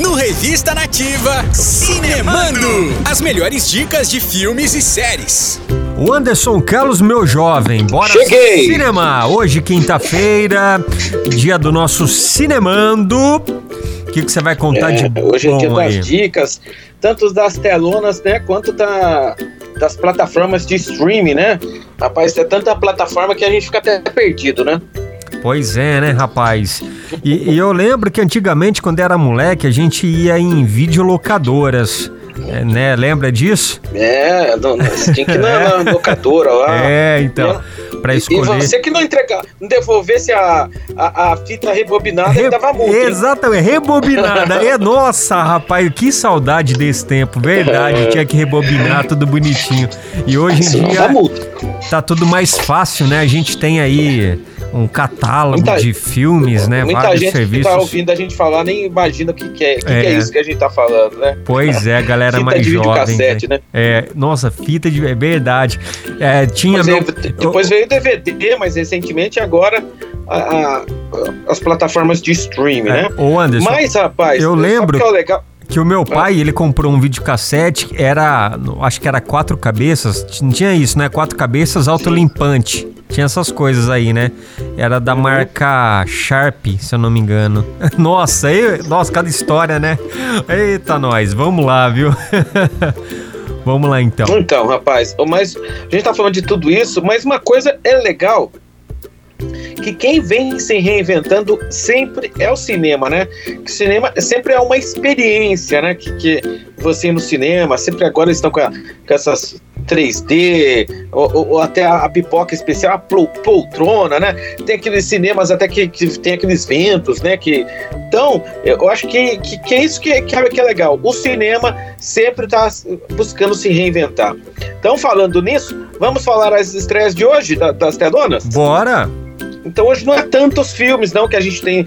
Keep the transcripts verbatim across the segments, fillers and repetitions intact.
No Revista Nativa, Cinemando. As melhores dicas de filmes e séries. O Anderson Carlos, meu jovem, bora Cheguei. Cinema. Hoje, quinta-feira, dia do nosso Cinemando. O que, que você vai contar é, de hoje bom é dia das aí? dicas, tanto das telonas, né, quanto da, das plataformas de streaming, né? Rapaz, é tanta plataforma que a gente fica até perdido, né? Pois é, né, rapaz? E, e eu lembro que antigamente, quando era moleque, a gente ia em videolocadoras, é, né? Lembra disso? É, não, não, você tinha que ir na, na locadora lá. É, então, pra escolher... E você que não entregar, não devolvesse a, a, a fita rebobinada, Re... ele dava multa. Exatamente, rebobinada. É, nossa, rapaz, que saudade desse tempo, verdade. Tinha que rebobinar tudo bonitinho. E hoje em dia tá tudo mais fácil, né? A gente tem aí um catálogo muita, de filmes, né? Muita vários gente serviços. que tá ouvindo a gente falar nem imagina o que, que, é, que, é. que é isso que a gente tá falando, né? Pois é, galera fita mais de jovem. Videocassete, né? É, nossa, fita de... É verdade. É, tinha... Meu... Depois veio o D V D, mas recentemente agora a, a, as plataformas de streaming, é. né? Ô, Anderson, mas, rapaz, eu lembro... Que é o legal... que o meu pai, ele comprou um videocassete, era, acho que era quatro cabeças, não tinha isso, né? Quatro cabeças, autolimpante. Tinha essas coisas aí, né? Era da marca Sharp, se eu não me engano. Nossa, aí, nossa, cada história, né? Eita, nós, vamos lá, viu? Vamos lá, então. Então, rapaz, mas a gente tá falando de tudo isso, mas uma coisa é legal, que quem vem se reinventando sempre é o cinema, né? Que o cinema sempre é uma experiência, né? Que, que você ir no cinema, sempre agora estão com, a, com essas três D, ou, ou até a, a pipoca especial, a pol, poltrona, né? Tem aqueles cinemas até que, que tem aqueles ventos, né? Que, então, eu acho que, que, que é isso que, que, é, que é legal. O cinema sempre está buscando se reinventar. Então, falando nisso, vamos falar as estreias de hoje, da, das telonas? Bora! Então hoje não é tantos filmes não que a gente tem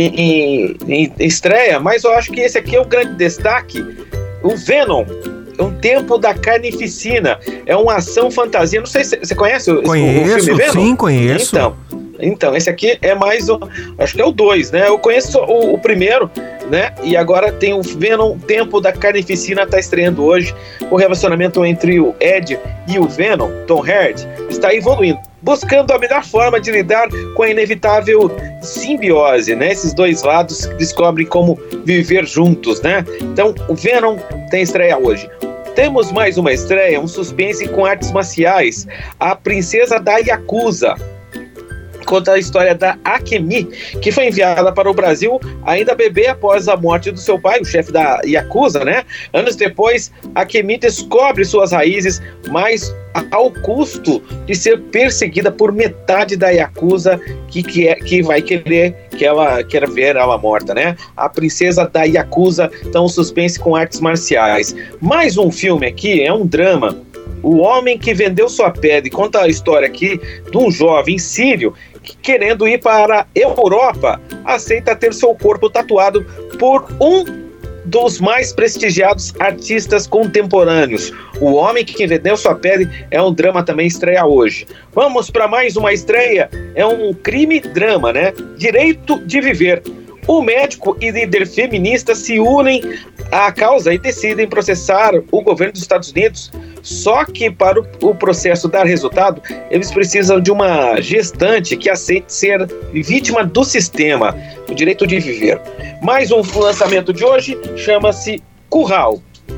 em, em, em estreia, mas eu acho que esse aqui é o grande destaque. O Venom, Um Tempo da Carnificina, é uma ação fantasia, não sei se você conhece o, conheço, o filme Venom? Sim, conheço. Então, então esse aqui é mais, o, acho que é o dois, né? Eu conheço o, o primeiro, né? E agora tem o Venom, Tempo da Carnificina, tá estreando hoje. O relacionamento entre o Ed e o Venom, Tom Hardy, está evoluindo, buscando a melhor forma de lidar com a inevitável simbiose, né? Esses dois lados descobrem como viver juntos, né? Então, o Venom tem estreia hoje. Temos mais uma estreia, um suspense com artes marciais, A Princesa da Yakuza. Conta a história da Akemi, que foi enviada para o Brasil ainda bebê após a morte do seu pai, o chefe da Yakuza, né? Anos depois, Akemi descobre suas raízes, mas ao custo de ser perseguida por metade da Yakuza que, que, é, que vai querer que ela quer ver ela morta, né? A Princesa da Yakuza, então suspense com artes marciais. Mais um filme aqui, é um drama. O Homem que Vendeu Sua Pele, conta a história aqui de um jovem sírio que, querendo ir para a Europa, aceita ter seu corpo tatuado por um dos mais prestigiados artistas contemporâneos. O Homem que Vendeu Sua Pele é um drama também, estreia hoje. Vamos para mais uma estreia, é um crime-drama, né? Direito de Viver. O médico e líder feminista se unem à causa e decidem processar o governo dos Estados Unidos. Só que para o, o processo dar resultado, eles precisam de uma gestante que aceite ser vítima do sistema, o direito de viver. Mais um lançamento de hoje chama-se Curral.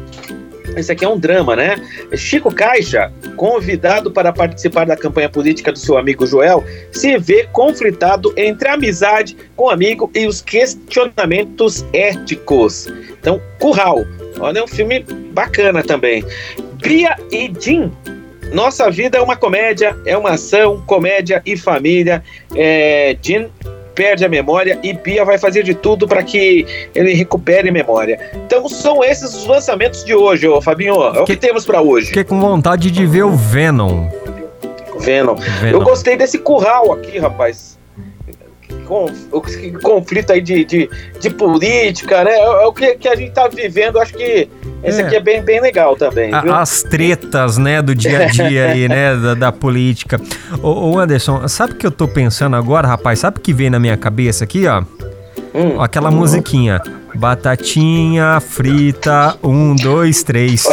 Esse aqui é um drama, né? Chico Caixa, convidado para participar da campanha política do seu amigo Joel, se vê conflitado entre a amizade com o amigo e os questionamentos éticos. Então, Curral. Olha, é um filme bacana também. Bia e Jim. Nossa Vida é uma comédia, é uma ação, comédia e família. É, Jim perde a memória e Bia vai fazer de tudo para que ele recupere a memória. Então são esses os lançamentos de hoje, ô Fabinho. É o que, que temos para hoje. Fiquei com vontade de ver o Venom. Venom. Venom. Eu gostei desse Curral aqui, rapaz. Com, o conflito aí de, de, de política, né? É, é o que, que a gente tá vivendo. Acho que esse é. aqui é bem, bem legal também, viu? As tretas, né, do dia a dia aí, né, da, da política. Ô, ô Anderson, sabe o que eu tô pensando agora, rapaz? Sabe o que veio na minha cabeça aqui, ó? Hum. Aquela musiquinha. Batatinha frita, um, dois, três.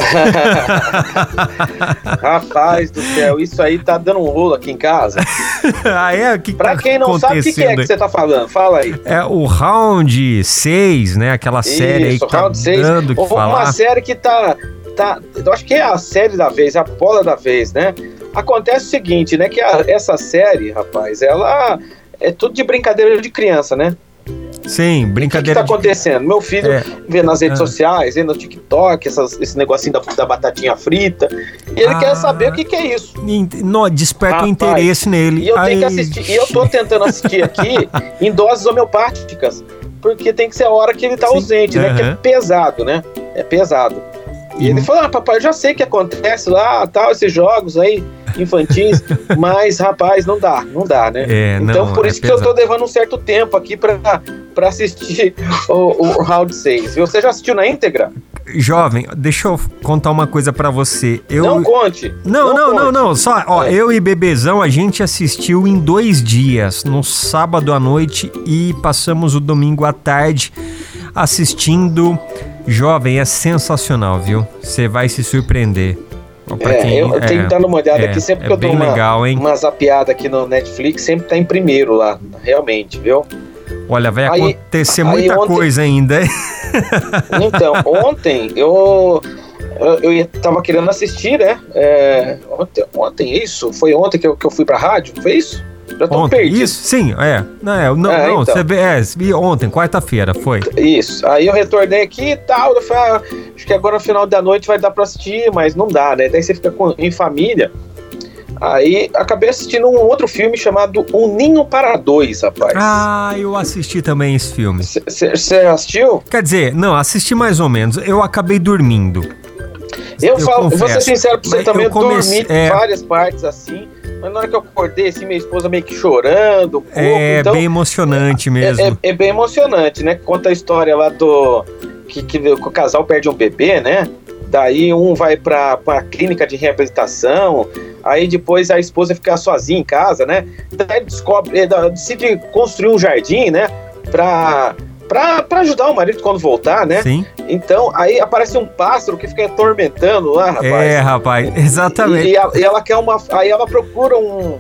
Rapaz do céu, isso aí tá dando um rolo aqui em casa. Ah, é? O que Pra tá quem não sabe, o que, que é que você tá falando? Fala aí. É o Round seis, né? Aquela série aí Isso, que tá Round seis. dando o que Uma falar. série que tá, tá... Eu acho que é a série da vez, a bola da vez, né? Acontece o seguinte, né? Que a, essa série, rapaz, ela é tudo de brincadeira de criança, né? Sim, O que, que brincadeira tá acontecendo? Meu filho É. vê nas redes Ah. sociais, vê no TikTok, essas, esse negocinho da, da batatinha frita, e ele Ah. quer saber o que, que é isso. de... Não, desperta o Rapaz, interesse nele. E eu Aí- tenho que assistir, e eu tô tentando assistir aqui em doses homeopáticas, porque tem que ser a hora que ele tá Sim. ausente, né? Que é Aham. pesado, né? É pesado. E E- ele falou: ah, papai, eu já sei que acontece lá, tal, esses jogos aí infantis, mas, rapaz, não dá, não dá, né? É, Então, não, por é isso que eu tô pesado. levando um certo tempo aqui pra, pra assistir o, o Round seis. Você já assistiu na íntegra? Jovem, deixa eu contar uma coisa pra você. Eu... Não conte. Não, não, não, conte. não. Só, ó, É. eu e Bebezão, a gente assistiu em dois dias, no sábado à noite e passamos o domingo à tarde assistindo. Jovem, é sensacional, viu? Você vai se surpreender. Ó, pra É, quem- eu, eu tenho que dar uma olhada é, aqui, sempre é que eu dou bem uma, legal, hein? uma zapeada aqui no Netflix, sempre tá em primeiro lá, realmente, viu? Olha, vai Aí- acontecer aí muita ontem- coisa ainda. Então, ontem eu, eu, eu ia- tava querendo assistir, né? É, ontem, ontem, isso? Foi ontem que eu, que eu fui pra rádio? Foi isso? Já tô Ontem, perdido. isso? Sim, é. Não, é, não, É, não então. você vê, é, vi ontem, quarta-feira, foi. Isso. Aí eu retornei aqui e tal. Eu falei, ah, acho que agora no final da noite vai dar pra assistir, mas não dá, né? Daí você fica com- em família. Aí acabei assistindo um outro filme chamado Um Ninho para Dois, rapaz. Ah, eu assisti também esse filme. Você assistiu? Quer dizer, não, assisti mais ou menos. Eu acabei dormindo. Eu, falo, vou ser confesso. sincero pra você Mas também, eu eu comecei- dormi é. várias partes assim, mas na hora que eu acordei, assim, minha esposa meio que chorando um pouco, É então bem emocionante mesmo. é, é- é bem emocionante, né? Conta a história lá do que, que o casal perde um bebê, né? Daí um vai pra, pra clínica de reabilitação, aí depois a esposa fica sozinha em casa, né? Daí descobre, eh, decide construir um jardim, né? Pra, pra, pra ajudar o marido quando voltar, né? Sim. Então, aí aparece um pássaro que fica atormentando lá, rapaz. É, rapaz, exatamente. E, e a- e ela quer uma. Aí ela procura um.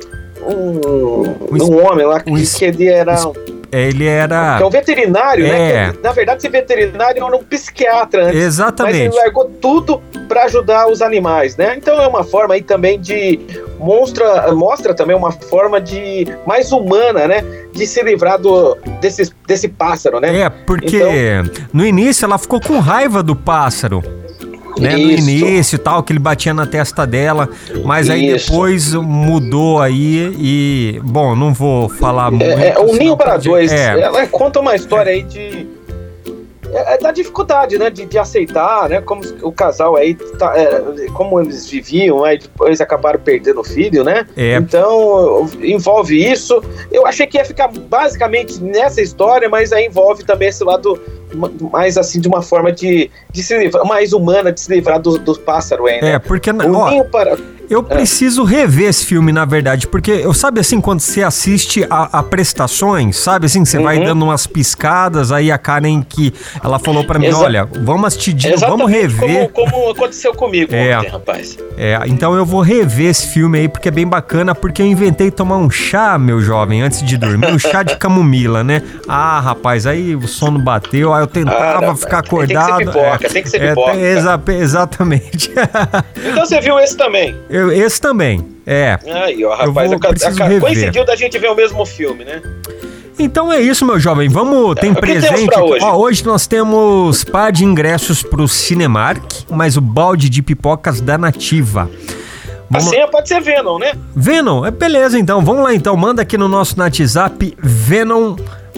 Um, Um es- um homem lá que, um es- que ele era. es- Ele era. Que é um veterinário, É. né? Que, na verdade, esse veterinário era um psiquiatra antes. Mas ele Exatamente. largou tudo para ajudar os animais, né? Então é uma forma aí também de mostra, mostra também uma forma de mais humana, né? De se livrar do, desse, desse pássaro, né? É, porque Então- no início ela ficou com raiva do pássaro. Né, no Isso. início e tal, que ele batia na testa dela, mas aí Isso. depois mudou aí e, bom, não vou falar muito. É, é um senão ninho para pode- dois. É, Ela conta uma história aí de. É, é da dificuldade, né? De, de aceitar, né? Como o casal aí. Tá, é, como eles viviam, aí depois acabaram perdendo o filho, né? É. Então, envolve isso. Eu achei que ia ficar basicamente nessa história, mas aí envolve também esse lado ma- mais assim, de uma forma de, de se livrar, mais humana, de se livrar do, do pássaro aí, né? é, porque, O ó, ninho para. eu preciso rever esse filme, na verdade, porque eu sabe assim, quando você assiste a, a prestações, sabe assim, você vai Uhum. dando umas piscadas, aí a Karen que ela falou pra mim, Exa- olha, vamos assistir, de- vamos Exatamente rever. Como, como aconteceu comigo É. ontem, rapaz. É, então eu vou rever esse filme aí, porque é bem bacana, porque eu inventei tomar um chá, meu jovem, antes de dormir, um chá de camomila, né? Ah, rapaz, aí o sono bateu, aí eu tentava Ah, não, ficar tem que ser acordado. pipoca, é, tem que ser é, pipoca. exa- exatamente. Então você viu esse também. Eu- esse também, é. Aí, ó, rapaz, vou- a- a- preciso a- rever. coincidiu da gente ver o mesmo filme, né? Então é isso, meu jovem. Vamos, tem o que temos presente. pra hoje? Ó, hoje nós temos par de ingressos pro Cinemark, mais o balde de pipocas da Nativa. A Vamos... senha pode ser Venom, né? Venom, é beleza então. Vamos lá então. Manda aqui no nosso WhatsApp Venom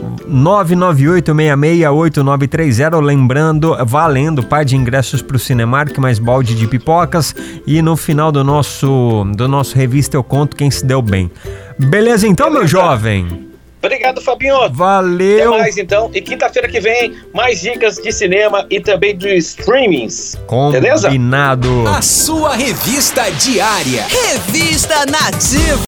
nove nove oito seis seis oito nove três zero, lembrando, valendo par de ingressos pro Cinemark, mais balde de pipocas, e no final do nosso do nosso revista eu conto quem se deu bem. Beleza então, meu Beleza. jovem? Obrigado, Fabinho. Até Valeu. mais, então. E quinta-feira que vem, mais dicas de cinema e também de streamings. Beleza? Combinado. A sua revista diária. Revista Nativa.